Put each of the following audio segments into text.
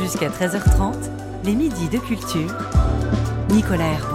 Jusqu'à 13h30, les midis de culture. Nicolas Herban.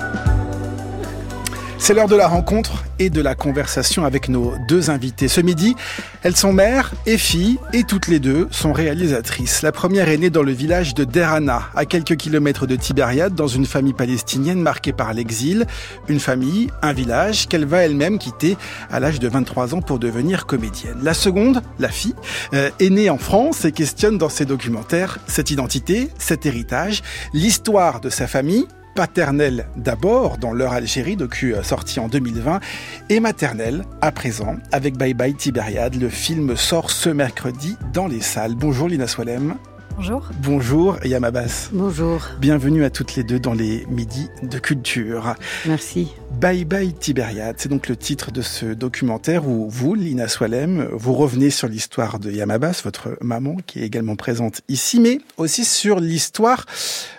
C'est l'heure de la rencontre et de la conversation avec nos deux invités. Ce midi, elles sont mères et filles et toutes les deux sont réalisatrices. La première est née dans le village de Deir Hanna, à quelques kilomètres de Tibériade, dans une famille palestinienne marquée par l'exil. Une famille, un village qu'elle va elle-même quitter à l'âge de 23 ans pour devenir comédienne. La seconde, la fille, est née en France et questionne dans ses documentaires cette identité, cet héritage, l'histoire de sa famille, paternelle d'abord dans L'heure Algérie, docu sorti en 2020, et maternelle à présent avec Bye Bye Tibériade. Le film sort ce mercredi dans les salles. Bonjour Lina Swalem. Bonjour. Bonjour Yam Abbas. Bonjour. Bienvenue à toutes les deux dans les midis de culture. Merci. Bye Bye Tibériade, c'est donc le titre de ce documentaire où vous, Lina Swalem, vous revenez sur l'histoire de Yam Abbas, votre maman qui est également présente ici, mais aussi sur l'histoire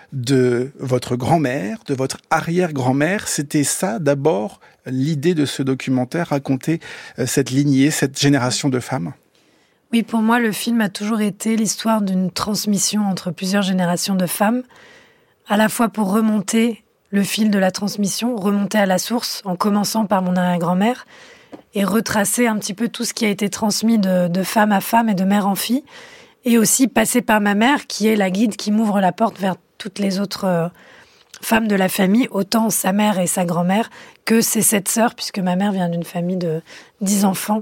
de votre grand-mère, de votre arrière-grand-mère. C'était ça d'abord l'idée de ce documentaire, raconter cette lignée, cette génération de femmes? Oui, pour moi, le film a toujours été l'histoire d'une transmission entre plusieurs générations de femmes, à la fois pour remonter le fil de la transmission, remonter à la source, en commençant par mon arrière-grand-mère, et retracer un petit peu tout ce qui a été transmis de femme à femme et de mère en fille, et aussi passer par ma mère, qui est la guide qui m'ouvre la porte vers toutes les autres femmes de la famille, autant sa mère et sa grand-mère que ses 7 sœurs, puisque ma mère vient d'une famille de 10 enfants,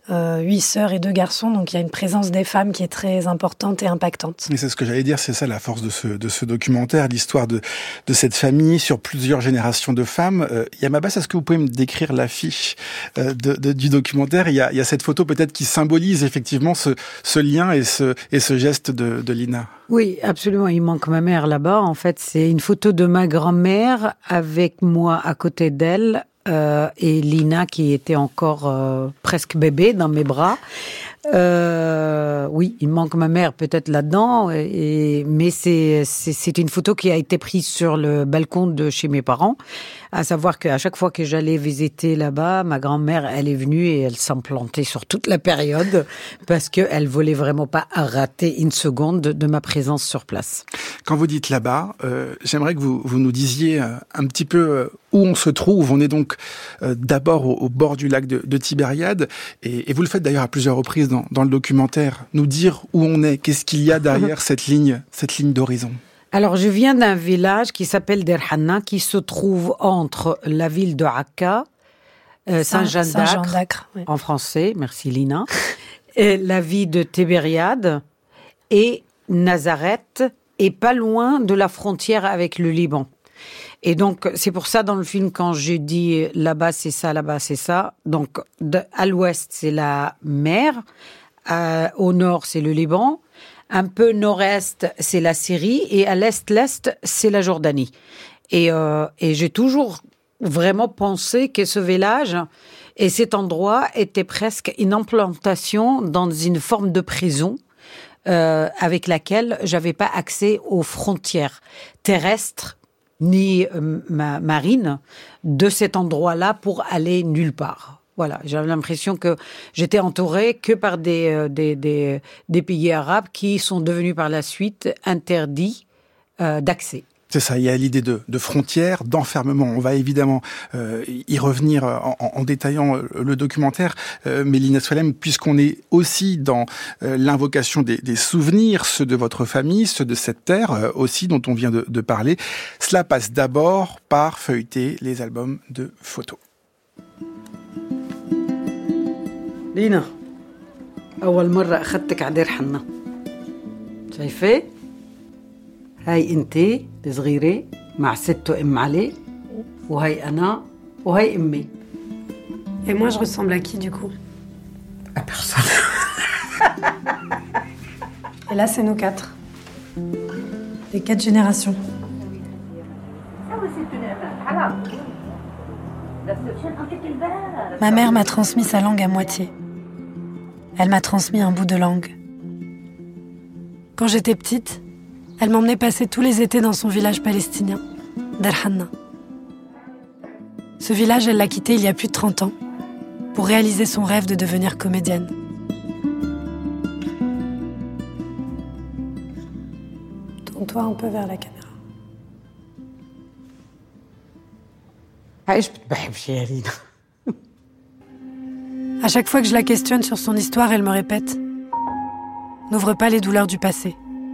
8 sœurs et 2 garçons, donc il y a une présence des femmes qui est très importante et impactante. Et c'est ce que j'allais dire, c'est ça la force de ce documentaire, l'histoire de cette famille sur plusieurs générations de femmes. Yam Abbas, est-ce que vous pouvez me décrire l'affiche du documentaire? Il y a cette photo peut-être qui symbolise effectivement ce lien et ce geste de Lina. Oui, absolument. Il manque ma mère là-bas. En fait, c'est une photo de ma grand-mère avec moi à côté d'elle. Et Lina qui était encore presque bébé dans mes bras. Oui, il manque ma mère peut-être là-dedans, mais c'est une photo qui a été prise sur le balcon de chez mes parents. À savoir qu'à chaque fois que j'allais visiter là-bas, ma grand-mère, elle est venue et elle s'implantait sur toute la période parce qu'elle voulait vraiment pas rater une seconde de ma présence sur place. Quand vous dites là-bas, j'aimerais que vous nous disiez un petit peu où on se trouve. On est donc d'abord au bord du lac de Tibériade et vous le faites d'ailleurs à plusieurs reprises dans le documentaire. Nous dire où on est, qu'est-ce qu'il y a derrière cette ligne d'horizon. Alors, je viens d'un village qui s'appelle Deir Hanna, qui se trouve entre la ville de Akka, Saint-Jean d'Acre, oui. En français, merci Lina, et la ville de Tibériade et Nazareth, et pas loin de la frontière avec le Liban. Et donc, c'est pour ça, dans le film, quand je dis là-bas, c'est ça, là-bas, c'est ça. Donc, à l'ouest, c'est la mer. Au nord, c'est le Liban. Un peu nord-est, c'est la Syrie. Et à l'est, c'est la Jordanie. Et j'ai toujours vraiment pensé que ce village et cet endroit était presque une implantation dans une forme de prison avec laquelle j'avais pas accès aux frontières terrestres ni marine de cet endroit-là pour aller nulle part. Voilà, j'avais l'impression que j'étais entourée que par des pays arabes qui sont devenus par la suite interdits d'accès. C'est ça, il y a l'idée de frontières, d'enfermement. On va évidemment y revenir en détaillant le documentaire. Mais Lina Swalem, puisqu'on est aussi dans l'invocation des souvenirs, ceux de votre famille, ceux de cette terre aussi dont on vient de parler, cela passe d'abord par feuilleter les albums de photos. لينا أول مرة أخذتك على دير حنا شايفة؟ هاي أنتي الصغيرة مع ست وأم علي وهاي أنا وهاي أمي. Et moi, je ressemble à qui, du coup? À personne. Et là, c'est nous 4. Les 4 générations. Ma mère m'a transmis sa langue à moitié. Elle m'a transmis un bout de langue. Quand j'étais petite, elle m'emmenait passer tous les étés dans son village palestinien, Deir Hanna. Ce village, elle l'a quitté il y a plus de 30 ans pour réaliser son rêve de devenir comédienne. Tourne-toi un peu vers la caméra. À chaque fois que je la questionne sur son histoire, elle me répète « N'ouvre pas les douleurs du passé ».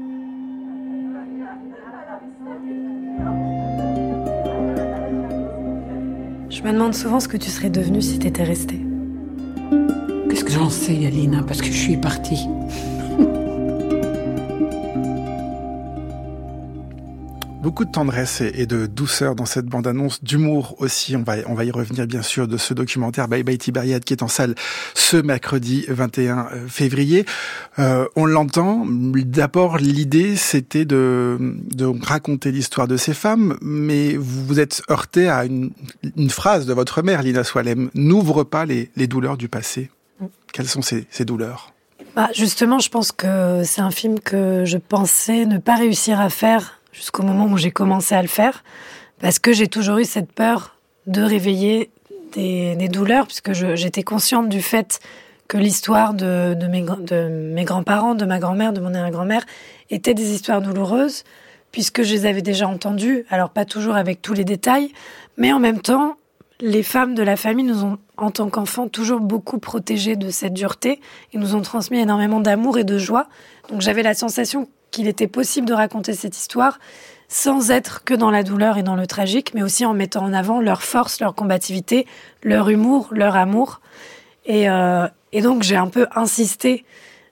Je me demande souvent ce que tu serais devenue si t'étais restée. Qu'est-ce que j'en sais, Alina, parce que je suis partie. Beaucoup de tendresse et de douceur dans cette bande-annonce, d'humour aussi. On va y revenir bien sûr de ce documentaire Bye Bye Tibériade qui est en salle ce mercredi 21 février. On l'entend. D'abord, l'idée c'était de raconter l'histoire de ces femmes, mais vous vous êtes heurté à une phrase de votre mère, Lina Soualem. N'ouvre pas les douleurs du passé. Quelles sont ces douleurs ? Justement, je pense que c'est un film que je pensais ne pas réussir à faire jusqu'au moment où j'ai commencé à le faire, parce que j'ai toujours eu cette peur de réveiller des douleurs, puisque j'étais consciente du fait que l'histoire de mes grands-parents, de ma grand-mère, de mon arrière-grand-mère, étaient des histoires douloureuses, puisque je les avais déjà entendues, alors pas toujours avec tous les détails, mais en même temps, les femmes de la famille nous ont, en tant qu'enfants, toujours beaucoup protégés de cette dureté, et nous ont transmis énormément d'amour et de joie. Donc j'avais la sensation qu'il était possible de raconter cette histoire sans être que dans la douleur et dans le tragique, mais aussi en mettant en avant leur force, leur combativité, leur humour, leur amour. Et donc j'ai un peu insisté,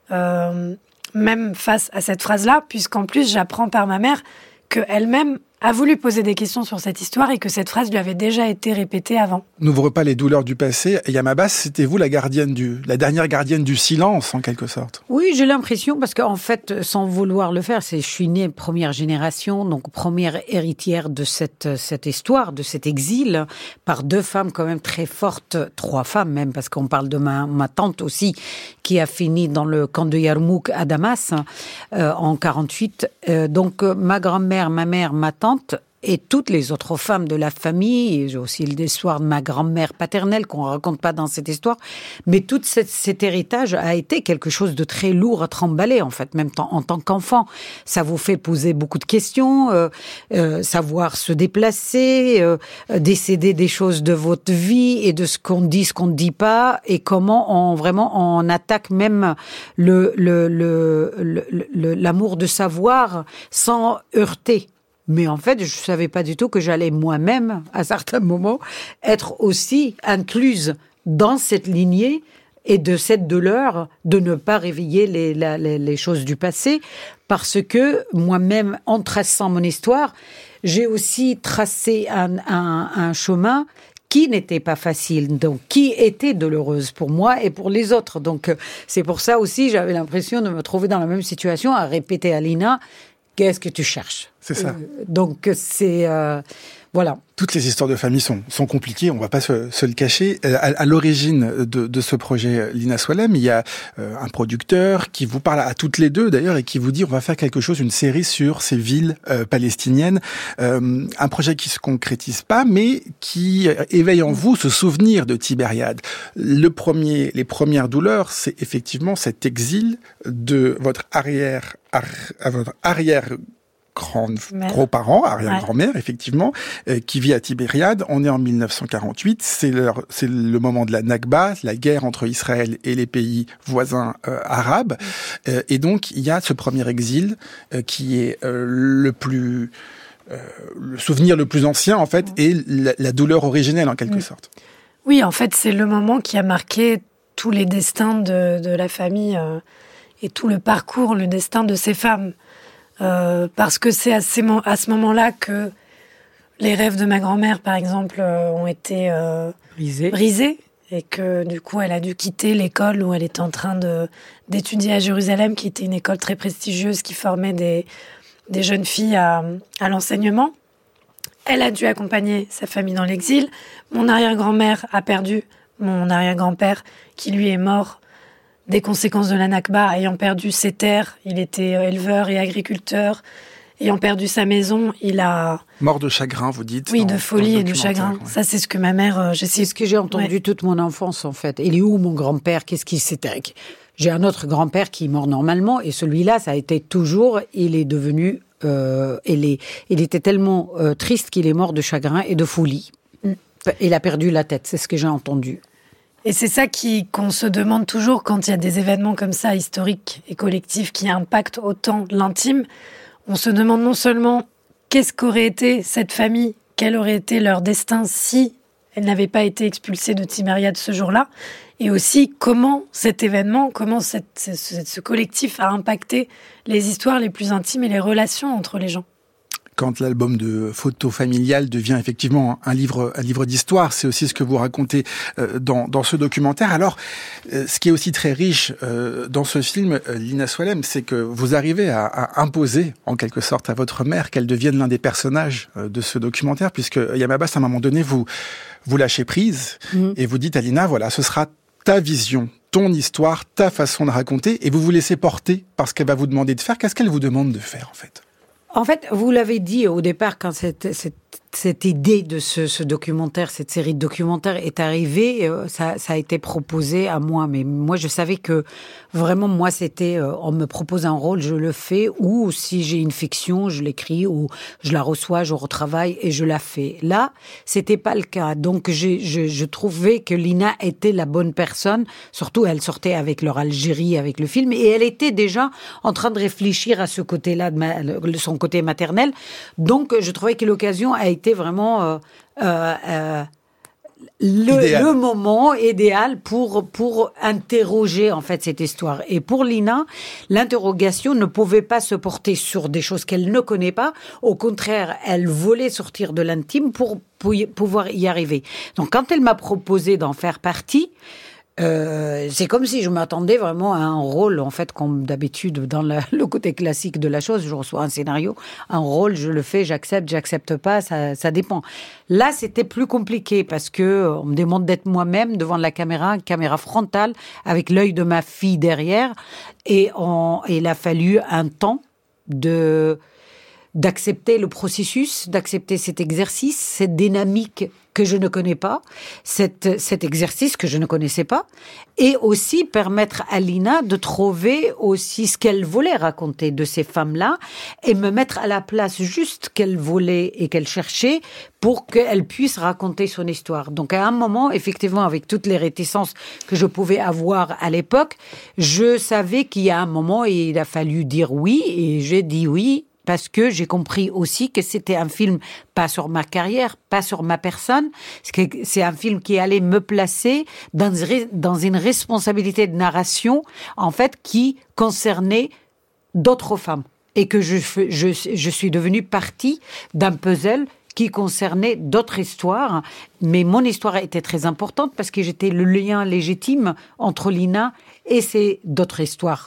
même face à cette phrase-là, puisqu'en plus j'apprends par ma mère qu'elle-même a voulu poser des questions sur cette histoire et que cette phrase lui avait déjà été répétée avant. N'ouvre pas les douleurs du passé. Yamabas, c'était vous la dernière gardienne du silence, en quelque sorte. Oui, j'ai l'impression, parce qu'en fait, sans vouloir le faire, je suis née première génération, donc première héritière de cette histoire, de cet exil, par deux femmes quand même très fortes, trois femmes même, parce qu'on parle de ma tante aussi, qui a fini dans le camp de Yarmouk à Damas, en 48. Donc, ma grand-mère, ma mère, ma tante, et toutes les autres femmes de la famille, j'ai aussi l'histoire de ma grand-mère paternelle qu'on raconte pas dans cette histoire, mais tout cet héritage a été quelque chose de très lourd à trimballer en fait, même en tant qu'enfant. Ça vous fait poser beaucoup de questions, savoir se déplacer, décider des choses de votre vie et de ce qu'on dit, ce qu'on ne dit pas, et comment on attaque même l'amour de savoir sans heurter. Mais en fait, je ne savais pas du tout que j'allais moi-même, à certains moments, être aussi incluse dans cette lignée et de cette douleur de ne pas réveiller les choses du passé. Parce que moi-même, en traçant mon histoire, j'ai aussi tracé un chemin qui n'était pas facile, donc qui était douloureuse pour moi et pour les autres. Donc c'est pour ça aussi, j'avais l'impression de me trouver dans la même situation à répéter à Lina, qu'est-ce que tu cherches ? C'est ça. Donc, c'est... voilà. Toutes les histoires de famille sont compliquées, on ne va pas se le cacher. À l'origine de ce projet Lina Soualem, il y a un producteur qui vous parle à toutes les deux d'ailleurs et qui vous dit on va faire quelque chose, une série sur ces villes palestiniennes. Un projet qui se concrétise pas, mais qui éveille en vous ce souvenir de Tibériade. Les premières douleurs, c'est effectivement cet exil de votre gros-parents, arrière-grand-mère, effectivement, qui vit à Tibériade. On est en 1948. C'est le moment de la Nakba, la guerre entre Israël et les pays voisins arabes. Et donc, il y a ce premier exil qui est le souvenir le plus ancien, en fait, et la douleur originelle, en quelque sorte. Oui, en fait, c'est le moment qui a marqué tous les destins de la famille et tout le parcours, le destin de ces femmes. Parce que c'est à ce moment-là que les rêves de ma grand-mère, par exemple, ont été brisés et que du coup, elle a dû quitter l'école où elle était en train d'étudier à Jérusalem, qui était une école très prestigieuse qui formait des jeunes filles à l'enseignement. Elle a dû accompagner sa famille dans l'exil. Mon arrière-grand-mère a perdu mon arrière-grand-père, qui lui est mort des conséquences de la Nakba, ayant perdu ses terres. Il était éleveur et agriculteur. Ayant perdu sa maison, il a... Mort de chagrin, vous dites. Oui, de folie et de chagrin. Ouais. Ça, c'est ce que ma mère... C'est ce que j'ai entendu toute mon enfance, en fait. Il est où, mon grand-père ? Qu'est-ce qui s'était... J'ai un autre grand-père qui est mort normalement, et celui-là, ça a été toujours... Il est devenu il était tellement triste qu'il est mort de chagrin et de folie. Il a perdu la tête, c'est ce que j'ai entendu. Et c'est ça qu'on se demande toujours quand il y a des événements comme ça, historiques et collectifs, qui impactent autant l'intime. On se demande non seulement qu'est-ce qu'aurait été cette famille, quel aurait été leur destin si elle n'avait pas été expulsée de Tibériade ce jour-là, et aussi comment cet événement, comment ce collectif a impacté les histoires les plus intimes et les relations entre les gens. Quand l'album de photos familiales devient effectivement un livre d'histoire, c'est aussi ce que vous racontez dans ce documentaire. Alors, ce qui est aussi très riche dans ce film, Lina Soualem, c'est que vous arrivez à imposer, en quelque sorte, à votre mère qu'elle devienne l'un des personnages de ce documentaire, puisque Yam Abbas, à un moment donné, vous lâchez prise et vous dites à Lina, voilà, ce sera ta vision, ton histoire, ta façon de raconter, et vous vous laissez porter par ce qu'elle va vous demander de faire. Qu'est-ce qu'elle vous demande de faire, en fait ? En fait, vous l'avez dit au départ, quand cette idée de ce documentaire, cette série de documentaires est arrivée, ça a été proposé à moi. Mais moi, je savais que vraiment, moi, c'était, on me propose un rôle, je le fais, ou si j'ai une fiction, je l'écris, ou je la reçois, je retravaille et je la fais. Là, c'était pas le cas. Donc, je trouvais que Lina était la bonne personne. Surtout, elle sortait avec leur Algérie, avec le film, et elle était déjà en train de réfléchir à ce côté-là, son côté maternel. Donc, je trouvais que l'occasion a été vraiment le moment idéal pour interroger en fait cette histoire. Et pour Lina, l'interrogation ne pouvait pas se porter sur des choses qu'elle ne connaît pas. Au contraire, elle voulait sortir de l'intime pour pouvoir y arriver. Donc, quand elle m'a proposé d'en faire partie, c'est comme si je m'attendais vraiment à un rôle, en fait, comme d'habitude dans le côté classique de la chose. Je reçois un scénario, un rôle, je le fais, j'accepte pas, ça dépend. Là, c'était plus compliqué parce que on me demande d'être moi-même devant la caméra frontale, avec l'œil de ma fille derrière, et il a fallu un temps d'accepter le processus, d'accepter cet exercice, cette dynamique que je ne connais pas, cet exercice que je ne connaissais pas, et aussi permettre à Lina de trouver aussi ce qu'elle voulait raconter de ces femmes-là, et me mettre à la place juste qu'elle voulait et qu'elle cherchait pour qu'elle puisse raconter son histoire. Donc à un moment, effectivement, avec toutes les réticences que je pouvais avoir à l'époque, je savais qu'il y a un moment, il a fallu dire oui, et j'ai dit oui, parce que j'ai compris aussi que c'était un film pas sur ma carrière, pas sur ma personne. C'est un film qui allait me placer dans une responsabilité de narration, en fait, qui concernait d'autres femmes. Et que je suis devenue partie d'un puzzle qui concernait d'autres histoires. Mais mon histoire était très importante parce que j'étais le lien légitime entre Lina et ces d'autres histoires.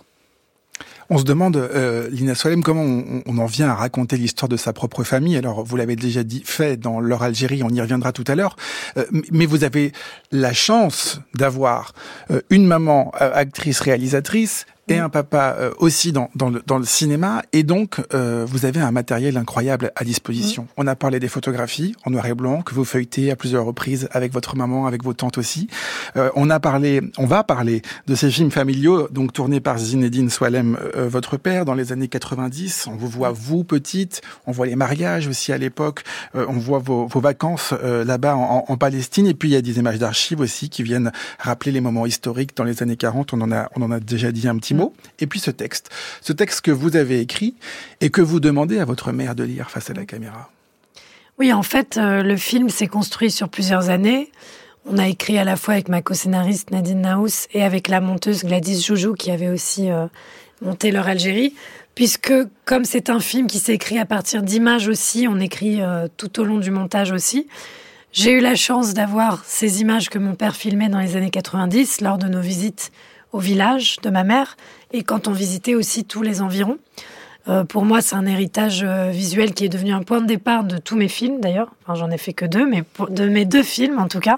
On se demande, Lina Soualem, comment on en vient à raconter l'histoire de sa propre famille. Alors, vous l'avez déjà fait dans Leur Algérie, on y reviendra tout à l'heure. Mais vous avez la chance d'avoir une maman actrice, réalisatrice, et un papa aussi dans le cinéma, et donc vous avez un matériel incroyable à disposition. On a parlé des photographies en noir et blanc que vous feuilletez à plusieurs reprises avec votre maman, avec vos tantes aussi. On va parler de ces films familiaux, donc tournés par Zinedine Soualem, votre père, dans les années 90. On vous voit, vous, petite, on voit les mariages aussi à l'époque, on voit vos vacances là-bas en Palestine, et puis il y a des images d'archives aussi qui viennent rappeler les moments historiques dans les années 40, on en a déjà dit un petit mot. Et puis ce texte que vous avez écrit et que vous demandez à votre mère de lire face à la caméra. Oui, en fait, le film s'est construit sur plusieurs années. On a écrit à la fois avec ma co-scénariste Nadine Naous et avec la monteuse Gladys Joujou qui avait aussi monté Leur Algérie. Puisque, comme c'est un film qui s'est écrit à partir d'images aussi, on écrit tout au long du montage aussi. J'ai eu la chance d'avoir ces images que mon père filmait dans les années 90 lors de nos visites au village de ma mère, et quand on visitait aussi tous les environs. Pour moi, c'est un héritage visuel qui est devenu un point de départ de tous mes films, d'ailleurs. Enfin, j'en ai fait que 2, mais de mes 2 films, en tout cas.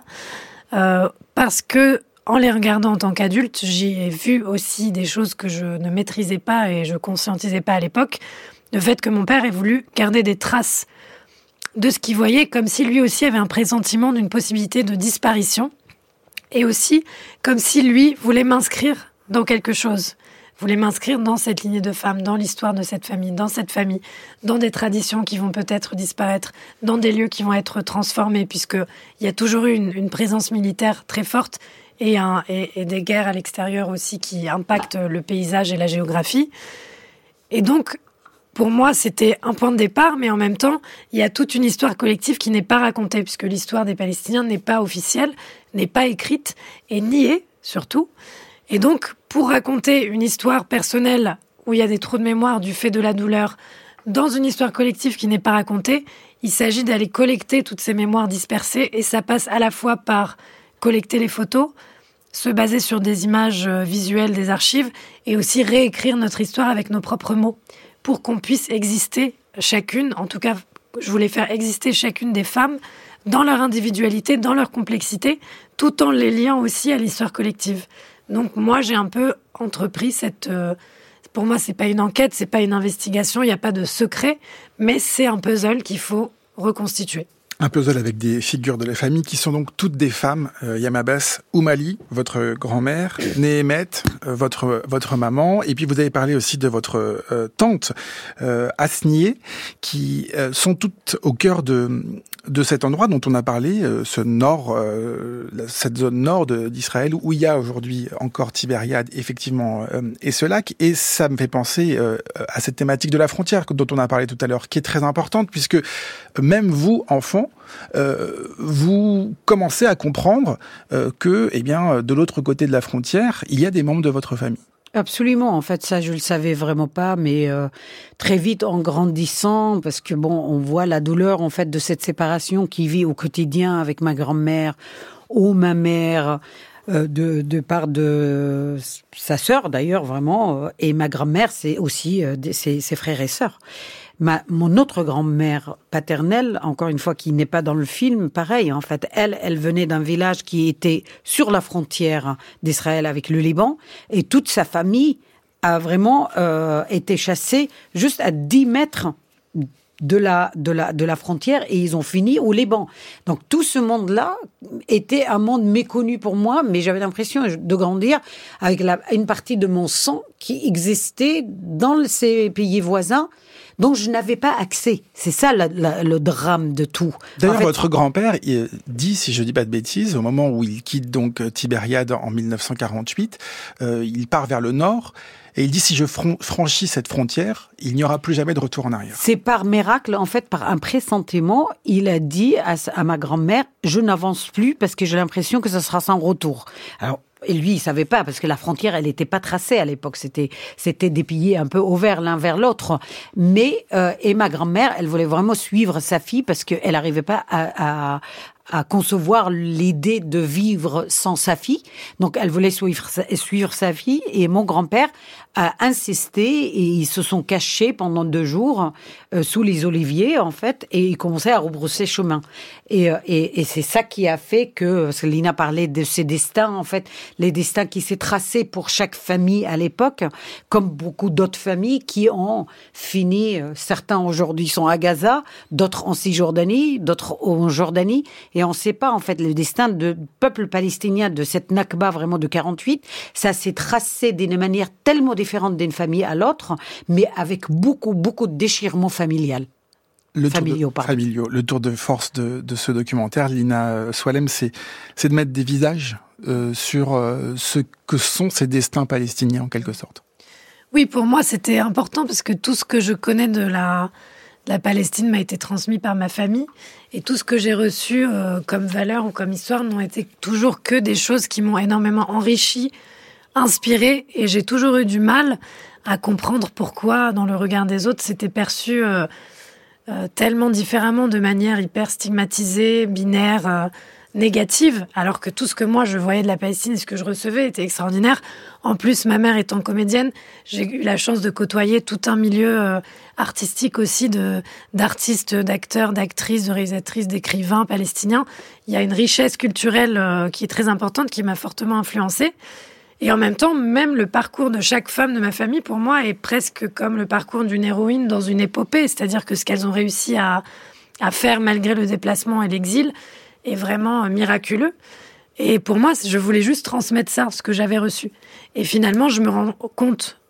Parce que, en les regardant en tant qu'adulte, j'y ai vu aussi des choses que je ne maîtrisais pas et je conscientisais pas à l'époque. Le fait que mon père ait voulu garder des traces de ce qu'il voyait, comme si lui aussi avait un pressentiment d'une possibilité de disparition. Et aussi, comme si lui voulait m'inscrire dans quelque chose. voulais m'inscrire dans cette lignée de femmes, dans l'histoire de cette famille, dans des traditions qui vont peut-être disparaître, dans des lieux qui vont être transformés, puisqu'il y a toujours eu une présence militaire très forte et des guerres à l'extérieur aussi qui impactent le paysage et la géographie. Et donc, pour moi, c'était un point de départ, mais en même temps, il y a toute une histoire collective qui n'est pas racontée, puisque l'histoire des Palestiniens n'est pas officielle, n'est pas écrite et niée, surtout. Et donc, pour raconter une histoire personnelle où il y a des trous de mémoire du fait de la douleur, dans une histoire collective qui n'est pas racontée, il s'agit d'aller collecter toutes ces mémoires dispersées, et ça passe à la fois par collecter les photos, se baser sur des images visuelles des archives, et aussi réécrire notre histoire avec nos propres mots, pour qu'on puisse exister chacune, en tout cas, je voulais faire exister chacune des femmes dans leur individualité, dans leur complexité, tout en les liant aussi à l'histoire collective. Donc moi, j'ai un peu entrepris pour moi, c'est pas une enquête, c'est pas une investigation, il n'y a pas de secret, mais c'est un puzzle qu'il faut reconstituer. Un puzzle avec des figures de la famille qui sont donc toutes des femmes. Yamabas Oumali, votre grand-mère, Néhémet, votre maman, et puis vous avez parlé aussi de votre tante Asnié, qui sont toutes au cœur de cet endroit dont on a parlé, cette zone nord d'Israël où il y a aujourd'hui encore Tibériade, effectivement, et ce lac. Et ça me fait penser à cette thématique de la frontière dont on a parlé tout à l'heure, qui est très importante, puisque même vous, enfants, vous commencez à comprendre que, de l'autre côté de la frontière, il y a des membres de votre famille. Absolument. En fait, ça, je le savais vraiment pas, mais très vite, en grandissant, parce que on voit la douleur, en fait, de cette séparation qui vit au quotidien avec ma grand-mère ou ma mère, de part de sa sœur, d'ailleurs, vraiment, et ma grand-mère, c'est aussi ses frères et sœurs. Mon autre grand-mère paternelle, encore une fois, qui n'est pas dans le film, pareil, en fait, elle venait d'un village qui était sur la frontière d'Israël avec le Liban, et toute sa famille a vraiment été chassée juste à 10 mètres de la frontière, et ils ont fini au Liban. Donc tout ce monde-là était un monde méconnu pour moi, mais j'avais l'impression de grandir avec une partie de mon sang qui existait dans ces pays voisins, dont je n'avais pas accès. C'est ça le drame de tout. D'ailleurs, votre grand-père il dit, si je dis pas de bêtises, au moment où il quitte donc Tibériade en 1948, il part vers le nord, et il dit, si je franchis cette frontière, il n'y aura plus jamais de retour en arrière. C'est par miracle, en fait, par un pressentiment, il a dit à ma grand-mère, je n'avance plus parce que j'ai l'impression que ça sera sans retour. Alors, et lui, il savait pas, parce que la frontière, elle n'était pas tracée à l'époque. C'était des pays un peu ouverts l'un vers l'autre. Mais, et ma grand-mère, elle voulait vraiment suivre sa fille parce qu'elle n'arrivait pas à concevoir l'idée de vivre sans sa fille. Donc, elle voulait suivre sa fille. Et mon grand-père a insisté et ils se sont cachés pendant 2 jours sous les oliviers, en fait, et ils commençaient à rebrousser chemin. Et c'est ça qui a fait parce que Lina parlait de ses destins, en fait, les destins qui s'est tracés pour chaque famille à l'époque, comme beaucoup d'autres familles qui ont fini, certains aujourd'hui sont à Gaza, d'autres en Cisjordanie, d'autres en Jordanie, et on ne sait pas, en fait, le destin du peuple palestinien de cette Nakba vraiment de 48, ça s'est tracé d'une manière tellement différente d'une famille à l'autre, mais avec beaucoup, beaucoup de déchirements familial. Le tour de force de ce documentaire, Lina Soualem, c'est de mettre des visages sur ce que sont ces destins palestiniens, en quelque sorte. Oui, pour moi, c'était important parce que tout ce que je connais de la Palestine m'a été transmis par ma famille, et tout ce que j'ai reçu comme valeur ou comme histoire n'ont été toujours que des choses qui m'ont énormément enrichi, inspiré, et j'ai toujours eu du mal à comprendre pourquoi, dans le regard des autres, c'était perçu tellement différemment, de manière hyper stigmatisée, binaire, négative, alors que tout ce que moi je voyais de la Palestine et ce que je recevais était extraordinaire. En plus, ma mère étant comédienne, j'ai eu la chance de côtoyer tout un milieu artistique aussi, d'artistes, d'acteurs, d'actrices, de réalisatrices, d'écrivains palestiniens. Il y a une richesse culturelle qui est très importante, qui m'a fortement influencée. Et en même temps, même le parcours de chaque femme de ma famille, pour moi, est presque comme le parcours d'une héroïne dans une épopée. C'est-à-dire que ce qu'elles ont réussi à faire malgré le déplacement et l'exil est vraiment miraculeux. Et pour moi, je voulais juste transmettre ça, ce que j'avais reçu. Et finalement, je me rends compte,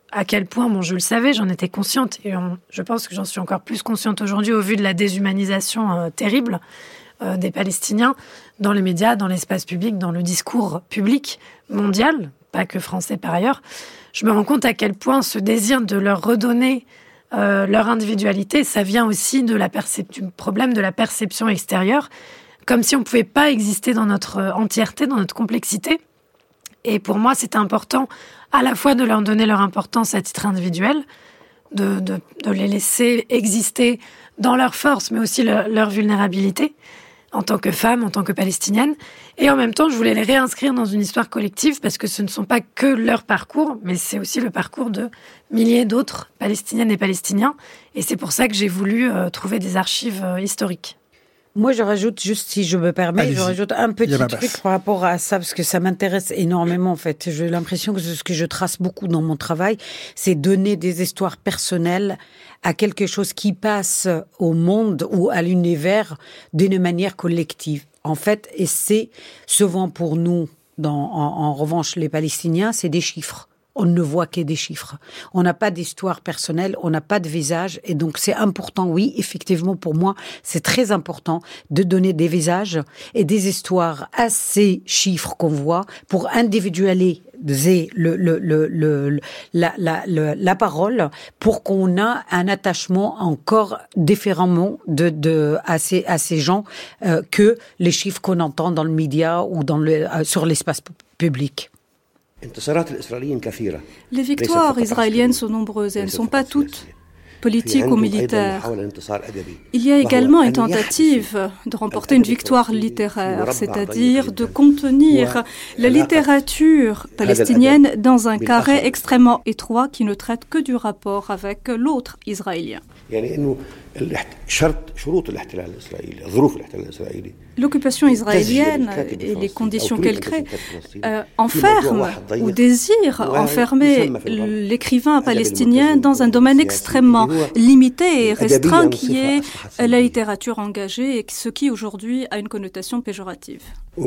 à quel point, je le savais, j'en étais consciente, et je pense que j'en suis encore plus consciente aujourd'hui au vu de la déshumanisation terrible des Palestiniens dans les médias, dans l'espace public, dans le discours public mondial, pas que français par ailleurs. Je me rends compte à quel point ce désir de leur redonner leur individualité, ça vient aussi du problème de la perception extérieure, comme si on ne pouvait pas exister dans notre entièreté, dans notre complexité. Et pour moi, c'était important à la fois de leur donner leur importance à titre individuel, de les laisser exister dans leur force, mais aussi leur vulnérabilité, en tant que femmes, en tant que palestiniennes. Et en même temps, je voulais les réinscrire dans une histoire collective, parce que ce ne sont pas que leur parcours, mais c'est aussi le parcours de milliers d'autres Palestiniennes et Palestiniens. Et c'est pour ça que j'ai voulu trouver des archives historiques. Moi, je rajoute juste, si je me permets, je rajoute un petit truc par rapport à ça, parce que ça m'intéresse énormément, en fait. J'ai l'impression que ce que je trace beaucoup dans mon travail, c'est donner des histoires personnelles à quelque chose qui passe au monde ou à l'univers d'une manière collective. En fait, et c'est souvent pour nous, en revanche, les Palestiniens, c'est des chiffres. On ne voit que des chiffres. On n'a pas d'histoire personnelle, on n'a pas de visage. Et donc, c'est important, oui, effectivement, pour moi, c'est très important de donner des visages et des histoires à ces chiffres qu'on voit pour individualiser la parole, pour qu'on ait un attachement encore différemment à ces gens que les chiffres qu'on entend dans le média ou sur l'espace public. Les victoires israéliennes sont nombreuses et elles ne sont pas toutes politiques ou militaires. Il y a également une tentative de remporter une victoire littéraire, c'est-à-dire de contenir la littérature palestinienne dans un carré extrêmement étroit qui ne traite que du rapport avec l'autre israélien. L'occupation israélienne et les conditions qu'elle crée enferment ou désirent enfermer l'écrivain palestinien dans un domaine extrêmement limité et restreint qui est la littérature engagée, et ce qui aujourd'hui a une connotation péjorative.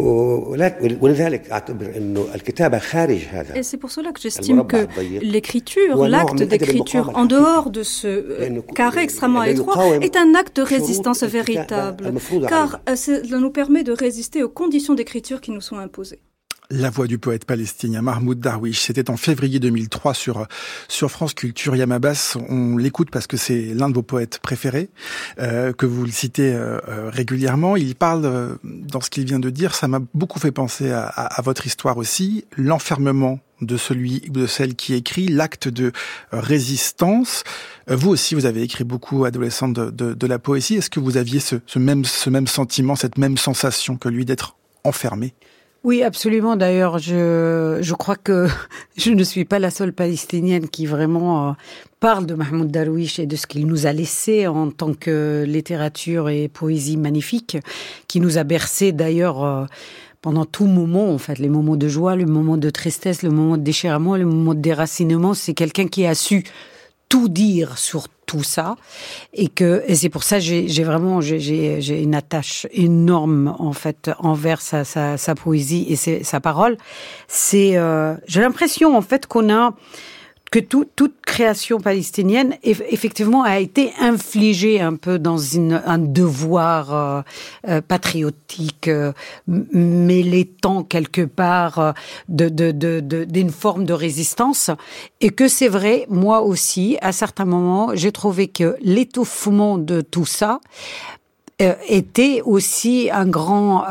Et c'est pour cela que j'estime que l'écriture, l'acte d'écriture en dehors de ce carré extrêmement étroit est un acte de résistance véritable, car cela nous permet de résister aux conditions d'écriture qui nous sont imposées. La voix du poète palestinien Mahmoud Darwish, c'était en février 2003 sur France Culture. Yam Abbas, on l'écoute parce que c'est l'un de vos poètes préférés, que vous le citez régulièrement. Il parle, dans ce qu'il vient de dire, ça m'a beaucoup fait penser à votre histoire aussi, l'enfermement de celui ou de celle qui écrit, l'acte de résistance. Vous aussi, vous avez écrit beaucoup, adolescente, de la poésie. Est-ce que vous aviez ce même sentiment, cette même sensation que lui d'être enfermé ? Oui, absolument. D'ailleurs, je crois que je ne suis pas la seule Palestinienne qui vraiment parle de Mahmoud Darwish et de ce qu'il nous a laissé en tant que littérature et poésie magnifique, qui nous a bercé d'ailleurs pendant tout moment, en fait, les moments de joie, les moments de tristesse, le moment de déchirement, le moment de déracinement. C'est quelqu'un qui a su tout dire sur tout ça, et c'est pour ça j'ai une attache énorme en fait envers sa poésie et sa parole. J'ai l'impression en fait que toute création palestinienne effectivement a été infligée un peu dans un devoir patriotique, mêlant quelque part d'une forme de résistance, et que c'est vrai, moi aussi, à certains moments, j'ai trouvé que l'étouffement de tout ça était aussi un grand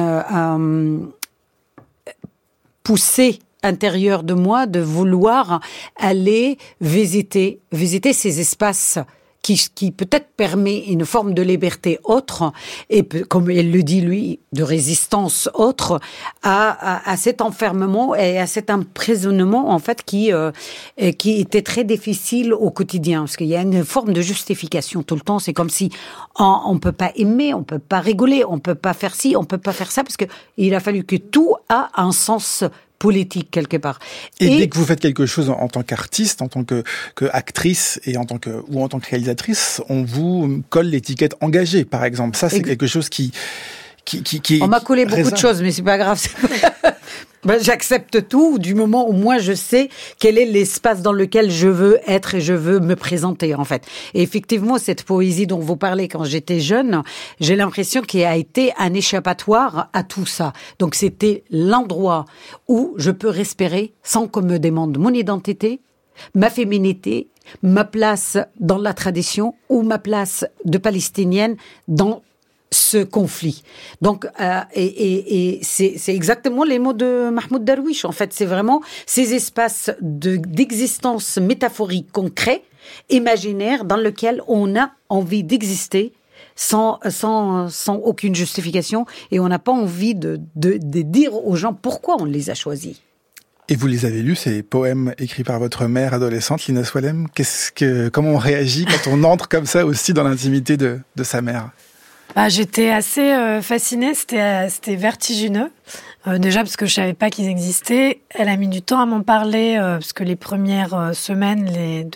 poussé intérieur de moi de vouloir aller visiter ces espaces qui peut-être permet une forme de liberté autre, et comme il le dit lui, de résistance autre à cet enfermement et à cet emprisonnement en fait qui était très difficile au quotidien, parce qu'il y a une forme de justification tout le temps. C'est comme si on peut pas aimer, on peut pas rigoler, on peut pas faire ci, on peut pas faire ça, parce que il a fallu que tout a un sens politique quelque part. Et dès que vous faites quelque chose en tant qu'artiste, en tant que actrice et en tant que réalisatrice, on vous colle l'étiquette engagée, par exemple. Ça, c'est quelque chose qui on m'a collé beaucoup de choses, mais c'est pas grave. J'accepte tout du moment où moi je sais quel est l'espace dans lequel je veux être et je veux me présenter en fait. Et effectivement, cette poésie dont vous parlez quand j'étais jeune, j'ai l'impression qu'elle a été un échappatoire à tout ça. Donc c'était l'endroit où je peux respirer sans qu'on me demande mon identité, ma féminité, ma place dans la tradition ou ma place de palestinienne dans ce conflit. Donc, et c'est exactement les mots de Mahmoud Darwish. En fait, c'est vraiment ces espaces d'existence métaphorique concret, imaginaire, dans lequel on a envie d'exister sans aucune justification et on n'a pas envie de dire aux gens pourquoi on les a choisis. Et vous les avez lus, ces poèmes écrits par votre mère adolescente, Lina Soualem. Comment on réagit quand on entre comme ça aussi dans l'intimité de sa mère? J'étais assez fascinée, c'était vertigineux. Déjà parce que je savais pas qu'ils existaient. Elle a mis du temps à m'en parler parce que les premières semaines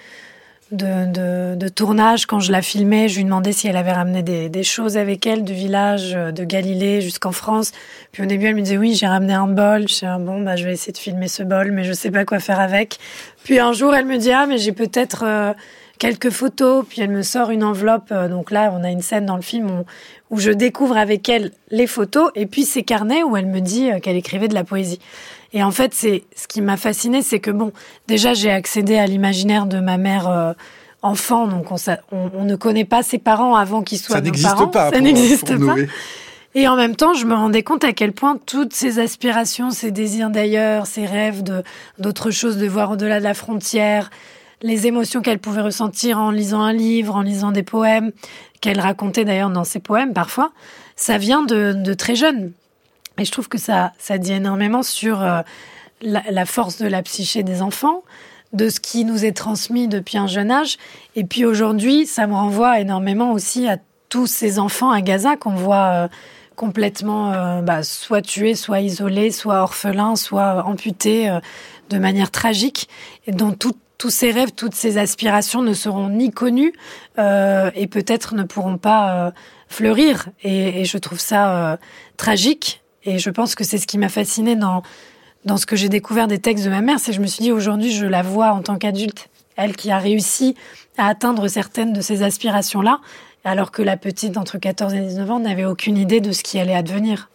de tournage, quand je la filmais, je lui demandais si elle avait ramené des choses avec elle du village de Galilée jusqu'en France. Puis au début, elle me disait oui, j'ai ramené un bol. Je disais je vais essayer de filmer ce bol, mais je sais pas quoi faire avec. Puis un jour, elle me dit mais j'ai peut-être quelques photos, puis elle me sort une enveloppe. Donc là, on a une scène dans le film où je découvre avec elle les photos, et puis ces carnets où elle me dit qu'elle écrivait de la poésie. Et en fait, ce qui m'a fascinée, c'est que déjà j'ai accédé à l'imaginaire de ma mère enfant, donc on ne connaît pas ses parents avant qu'ils soient nos parents. Ça n'existe pas. Et en même temps, je me rendais compte à quel point toutes ces aspirations, ces désirs d'ailleurs, ces rêves d'autres choses, de voir au-delà de la frontière, les émotions qu'elle pouvait ressentir en lisant un livre, en lisant des poèmes, qu'elle racontait d'ailleurs dans ses poèmes parfois, ça vient de très jeune. Et je trouve que ça dit énormément sur la force de la psyché des enfants, de ce qui nous est transmis depuis un jeune âge. Et puis aujourd'hui, ça me renvoie énormément aussi à tous ces enfants à Gaza qu'on voit complètement soit tués, soit isolés, soit orphelins, soit amputés de manière tragique, et dont tous ces rêves, toutes ces aspirations ne seront ni connues et peut-être ne pourront pas fleurir. Et je trouve ça tragique. Et je pense que c'est ce qui m'a fascinée dans ce que j'ai découvert des textes de ma mère. C'est que je me suis dit, aujourd'hui, je la vois en tant qu'adulte. Elle qui a réussi à atteindre certaines de ces aspirations-là, alors que la petite, entre 14 et 19 ans, n'avait aucune idée de ce qui allait advenir.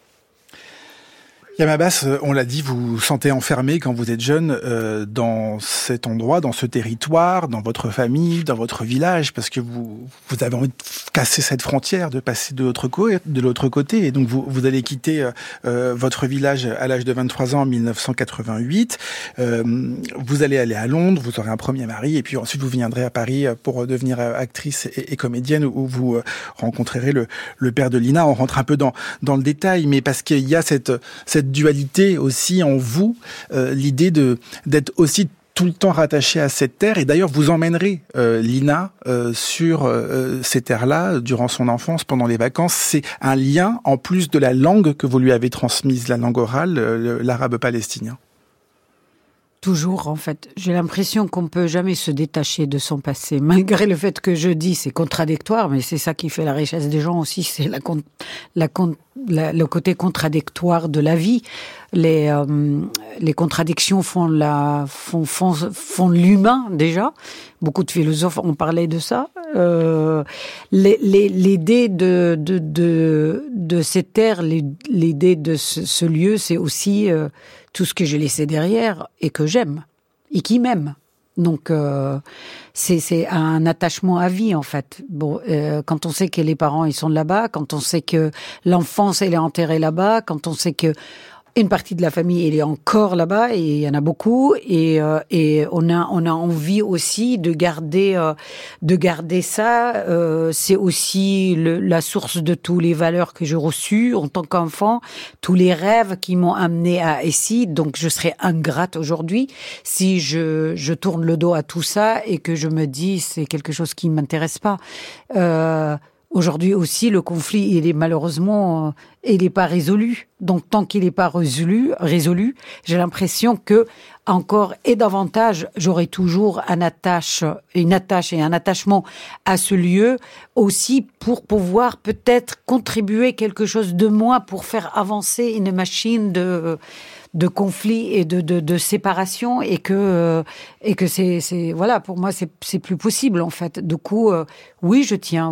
Yam Abbas, on l'a dit, vous vous sentez enfermé quand vous êtes jeune dans cet endroit, dans ce territoire, dans votre famille, dans votre village, parce que vous avez envie de casser cette frontière, de passer de l'autre côté, et donc vous allez quitter votre village à l'âge de 23 ans en 1988. Vous allez aller à Londres, vous aurez un premier mari, et puis ensuite vous viendrez à Paris pour devenir actrice et comédienne, où vous rencontrerez le père de Lina. On rentre un peu dans le détail, mais parce qu'il y a cette dualité aussi en vous, l'idée d'être aussi tout le temps rattaché à cette terre. Et d'ailleurs, vous emmènerez Lina sur ces terres-là durant son enfance, pendant les vacances. C'est un lien, en plus de la langue que vous lui avez transmise, la langue orale, l'arabe palestinien. Toujours, en fait. J'ai l'impression qu'on peut jamais se détacher de son passé. Malgré le fait que je dis c'est contradictoire, mais c'est ça qui fait la richesse des gens aussi, c'est le côté contradictoire de la vie. Les contradictions font l'humain, déjà. Beaucoup de philosophes ont parlé de ça. L'idée de cette terre, l'idée de ce lieu, c'est aussi tout ce que j'ai laissé derrière et que j'aime et qui m'aime. Donc c'est un attachement à vie en fait. Bon, quand on sait que les parents ils sont là-bas, quand on sait que l'enfance elle est enterrée là-bas, quand on sait que une partie de la famille elle est encore là-bas et il y en a beaucoup et on a envie aussi de garder ça. C'est aussi la source de toutes les valeurs que j'ai reçues en tant qu'enfant, tous les rêves qui m'ont amené à ici. Donc je serais ingrate aujourd'hui si je tourne le dos à tout ça et que je me dis c'est quelque chose qui m'intéresse pas. Aujourd'hui aussi, le conflit, il est malheureusement, il n'est pas résolu. Donc, tant qu'il n'est pas résolu, j'ai l'impression que encore et davantage, j'aurai toujours une attache et un attachement à ce lieu aussi pour pouvoir peut-être contribuer quelque chose de moi pour faire avancer une machine de conflits et de séparation, et que c'est voilà, pour moi c'est plus possible en fait. Du coup, oui je tiens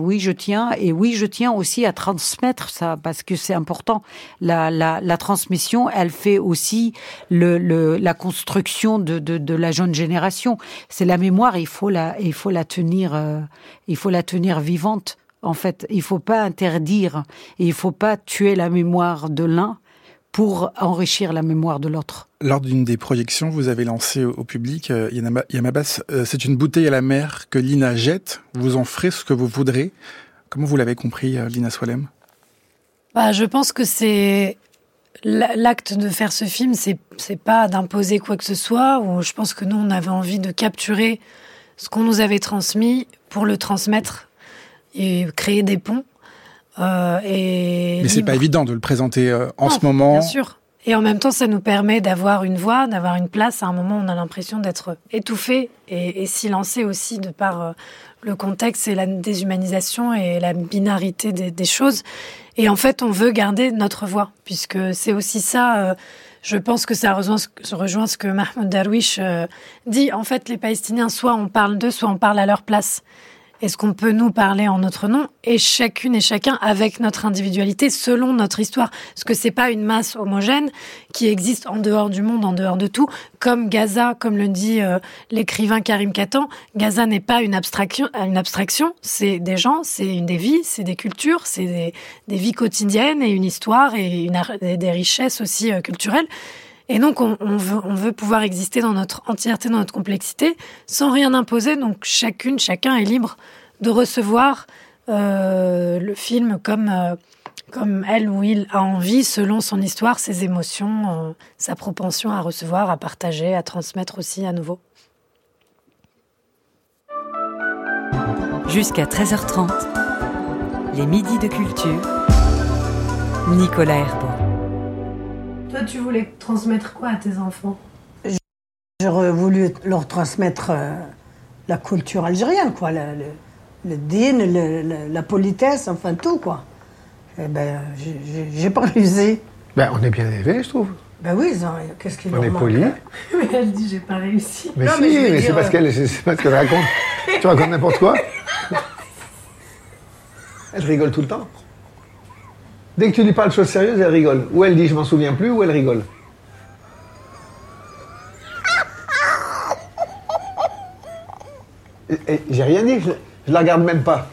aussi à transmettre ça, parce que c'est important. La transmission, elle fait aussi la construction de la jeune génération. C'est la mémoire, il faut la tenir vivante. En fait, il faut pas interdire, et il faut pas tuer la mémoire de l'un pour enrichir la mémoire de l'autre. Lors d'une des projections, vous avez lancé au public Yamabas, c'est une bouteille à la mer que Lina jette, vous en ferez ce que vous voudrez. Comment vous l'avez compris, Lina Swalem ? Je pense que c'est l'acte de faire ce film, c'est pas d'imposer quoi que ce soit, ou je pense que nous on avait envie de capturer ce qu'on nous avait transmis pour le transmettre et créer des ponts. Mais c'est pas évident de le présenter en ce moment. Bien sûr. Et en même temps, ça nous permet d'avoir une voix, d'avoir une place. À un moment, on a l'impression d'être étouffé et silencé aussi de par le contexte et la déshumanisation et la binarité des choses. Et en fait, on veut garder notre voix, puisque c'est aussi ça. Je pense que ça rejoint ce que Mahmoud Darwish dit. En fait, les Palestiniens, soit on parle d'eux, soit on parle à leur place. Est-ce qu'on peut nous parler en notre nom, et chacune et chacun avec notre individualité selon notre histoire? Parce que c'est pas une masse homogène qui existe en dehors du monde, en dehors de tout. Comme Gaza, comme le dit l'écrivain Karim Katan, Gaza n'est pas une abstraction, c'est des gens, c'est des vies, c'est des cultures, c'est des vies quotidiennes et une histoire et des richesses aussi culturelles. Et donc, on veut pouvoir exister dans notre entièreté, dans notre complexité, sans rien imposer. Donc, chacun est libre de recevoir le film comme elle ou il a envie, selon son histoire, ses émotions, sa propension à recevoir, à partager, à transmettre aussi à nouveau. Jusqu'à 13h30, les midis de culture. Nicolas Herbeau. Toi, tu voulais transmettre quoi à tes enfants ? J'aurais voulu leur transmettre la culture algérienne, quoi, le din, la politesse, enfin tout, quoi. Et j'ai pas réussi. On est bien élevés, je trouve. Oui, qu'est-ce qu'il leur manque ? On est polis. Mais elle dit j'ai pas réussi. Mais non, mais c'est parce qu'elle raconte. Tu racontes n'importe quoi. Elle rigole tout le temps. Dès que tu lui parles de choses sérieuses, elle rigole. Ou elle dit « je m'en souviens plus » ou elle rigole. Et j'ai rien dit, je la regarde même pas.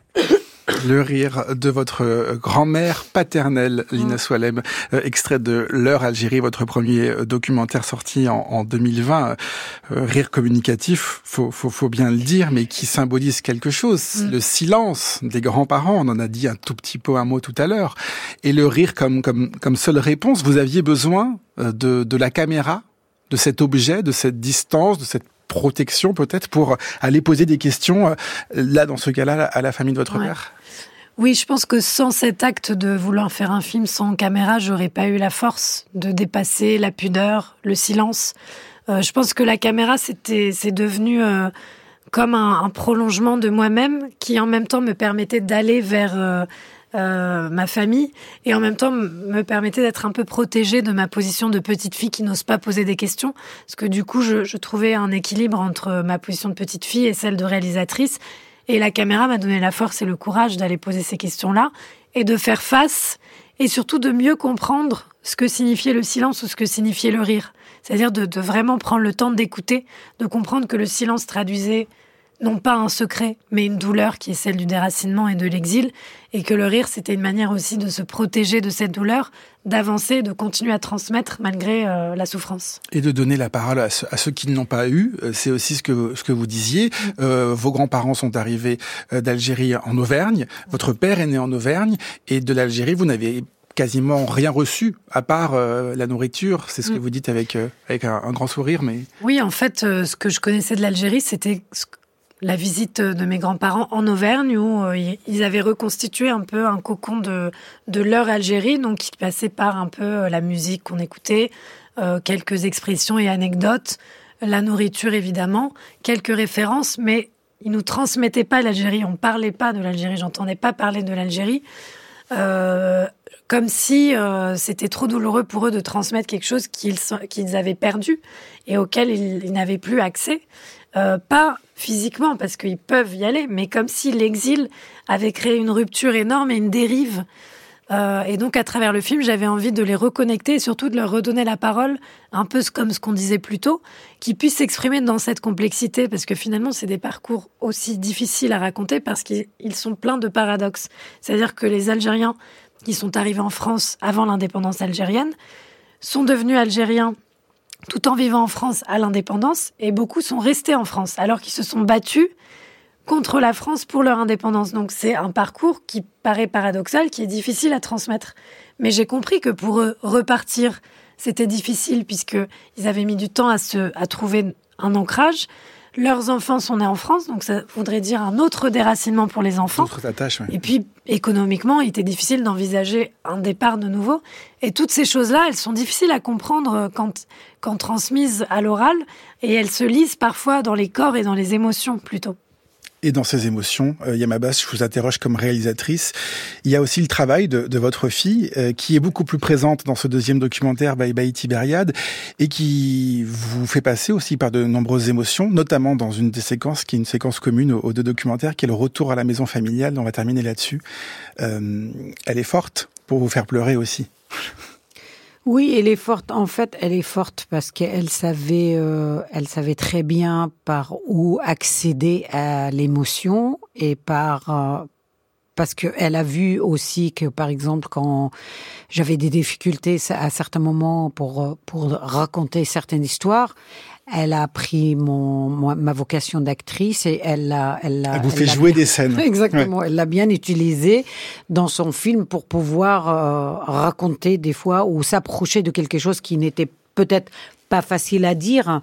Le rire de votre grand-mère paternelle, Lina Swalem, extrait de L'heure Algérie, votre premier documentaire sorti en 2020. Rire communicatif, faut bien le dire, mais qui symbolise quelque chose. Le silence des grands-parents, on en a dit un tout petit peu un mot tout à l'heure. Et le rire comme seule réponse, vous aviez besoin de la caméra, de cet objet, de cette distance, de cette protection peut-être, pour aller poser des questions, là dans ce cas-là, à la famille de votre père. Oui, je pense que sans cet acte de vouloir faire un film sans caméra, j'aurais pas eu la force de dépasser la pudeur, le silence. Je pense que la caméra, c'est devenu comme un prolongement de moi-même qui en même temps me permettait d'aller vers ma famille et en même temps me permettait d'être un peu protégée de ma position de petite fille qui n'ose pas poser des questions. Parce que du coup, je trouvais un équilibre entre ma position de petite fille et celle de réalisatrice. Et la caméra m'a donné la force et le courage d'aller poser ces questions-là et de faire face et surtout de mieux comprendre ce que signifiait le silence ou ce que signifiait le rire. C'est-à-dire de vraiment prendre le temps d'écouter, de comprendre que le silence traduisait non pas un secret, mais une douleur qui est celle du déracinement et de l'exil, et que le rire, c'était une manière aussi de se protéger de cette douleur, d'avancer, de continuer à transmettre malgré la souffrance. Et de donner la parole à ceux qui ne l'ont pas eu, c'est aussi ce que vous disiez. Vos grands-parents sont arrivés d'Algérie en Auvergne, votre père est né en Auvergne, et de l'Algérie, vous n'avez quasiment rien reçu, à part la nourriture. C'est ce que vous dites avec un grand sourire. Mais oui, en fait, ce que je connaissais de l'Algérie, c'était la visite de mes grands-parents en Auvergne où ils avaient reconstitué un peu un cocon de leur Algérie, donc qui passait par un peu la musique qu'on écoutait, quelques expressions et anecdotes, la nourriture évidemment, quelques références, mais ils nous transmettaient pas l'Algérie, on parlait pas de l'Algérie, j'entendais pas parler de l'Algérie. comme si c'était trop douloureux pour eux de transmettre quelque chose qu'ils avaient perdu et auquel ils n'avaient plus accès. Pas physiquement, parce qu'ils peuvent y aller, mais comme si l'exil avait créé une rupture énorme et une dérive. Et donc, à travers le film, j'avais envie de les reconnecter et surtout de leur redonner la parole, un peu comme ce qu'on disait plus tôt, qu'ils puissent s'exprimer dans cette complexité, parce que finalement, c'est des parcours aussi difficiles à raconter parce qu'ils sont pleins de paradoxes. C'est-à-dire que les Algériens qui sont arrivés en France avant l'indépendance algérienne sont devenus algériens tout en vivant en France à l'indépendance, et beaucoup sont restés en France, alors qu'ils se sont battus contre la France pour leur indépendance. Donc c'est un parcours qui paraît paradoxal, qui est difficile à transmettre. Mais j'ai compris que pour eux, repartir, c'était difficile, puisqu'ils avaient mis du temps à trouver un ancrage. Leurs enfants sont nés en France, donc ça voudrait dire un autre déracinement pour les enfants. D'autres attaches, ouais. Et puis, économiquement, il était difficile d'envisager un départ de nouveau. Et toutes ces choses-là, elles sont difficiles à comprendre quand transmises à l'oral, et elles se lisent parfois dans les corps et dans les émotions, plutôt. Et dans ces émotions, Yam Abbas, je vous interroge comme réalisatrice. Il y a aussi le travail de votre fille, qui est beaucoup plus présente dans ce deuxième documentaire, Bye Bye Tibériade, et qui vous fait passer aussi par de nombreuses émotions, notamment dans une des séquences, qui est une séquence commune aux deux documentaires, qui est le retour à la maison familiale. On va terminer là-dessus. Elle est forte pour vous faire pleurer aussi. Oui, elle est forte. En fait, elle est forte parce qu'elle savait très bien par où accéder à l'émotion et parce qu'elle a vu aussi que, par exemple, quand j'avais des difficultés à certains moments pour raconter certaines histoires, elle a pris ma vocation d'actrice et elle vous fait jouer des scènes. Exactement. Ouais. Elle l'a bien utilisée dans son film pour pouvoir raconter des fois ou s'approcher de quelque chose qui n'était peut-être pas facile à dire.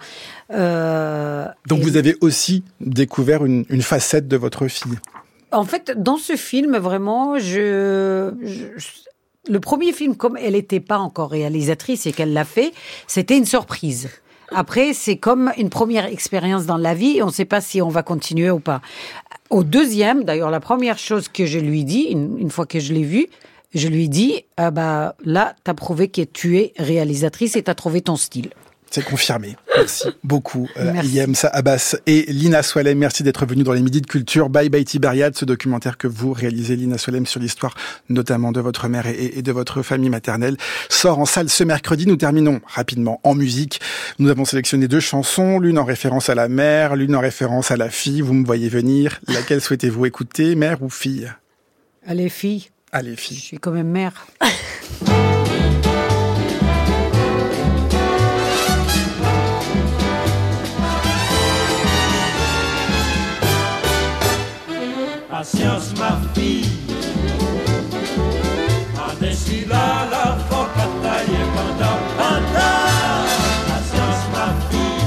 Donc vous avez aussi découvert une facette de votre fille. En fait, dans ce film, vraiment, le premier film, comme elle n'était pas encore réalisatrice et qu'elle l'a fait, c'était une surprise. Après, c'est comme une première expérience dans la vie et on ne sait pas si on va continuer ou pas. Au deuxième, d'ailleurs, la première chose que je lui dis, une fois que je l'ai vue, je lui dis, là, t'as prouvé que tu es réalisatrice et t'as trouvé ton style. C'est confirmé. Merci beaucoup, Yam Abbas et Lina Soualem. Merci d'être venue dans les Midis de Culture. Bye Bye Tibériade, ce documentaire que vous réalisez, Lina Soualem, sur l'histoire notamment de votre mère et de votre famille maternelle, sort en salle ce mercredi. Nous terminons rapidement en musique. Nous avons sélectionné 2 chansons, l'une en référence à la mère, l'une en référence à la fille. Vous me voyez venir. Laquelle souhaitez-vous écouter, mère ou fille ? Allez, fille. Allez, fille. Je suis quand même mère. Patience, ma fille, en-dessus là, la foca taille pendant patience, ma fille,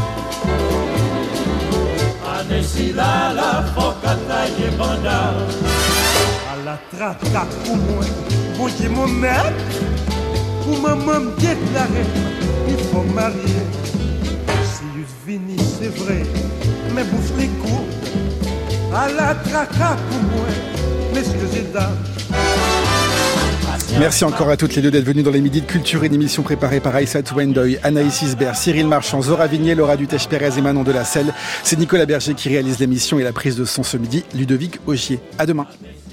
en-dessus là, la foca taille pendant à la traque pour moi, pour que mon mère, pour maman me déclarer, il faut marier. Si je finis, c'est vrai, mais bouffe les coups. À la traca pour moi, messieurs et dames. Merci encore à toutes les deux d'être venues dans les Midis de Culture, une émission préparée par Aïssat Wendoy, Anaïs Isbert, Cyril Marchand, Zora Vignier, Laura Dutèche-Pérez et Manon Delacelle. C'est Nicolas Berger qui réalise l'émission et la prise de son ce midi, Ludovic Augier. À demain.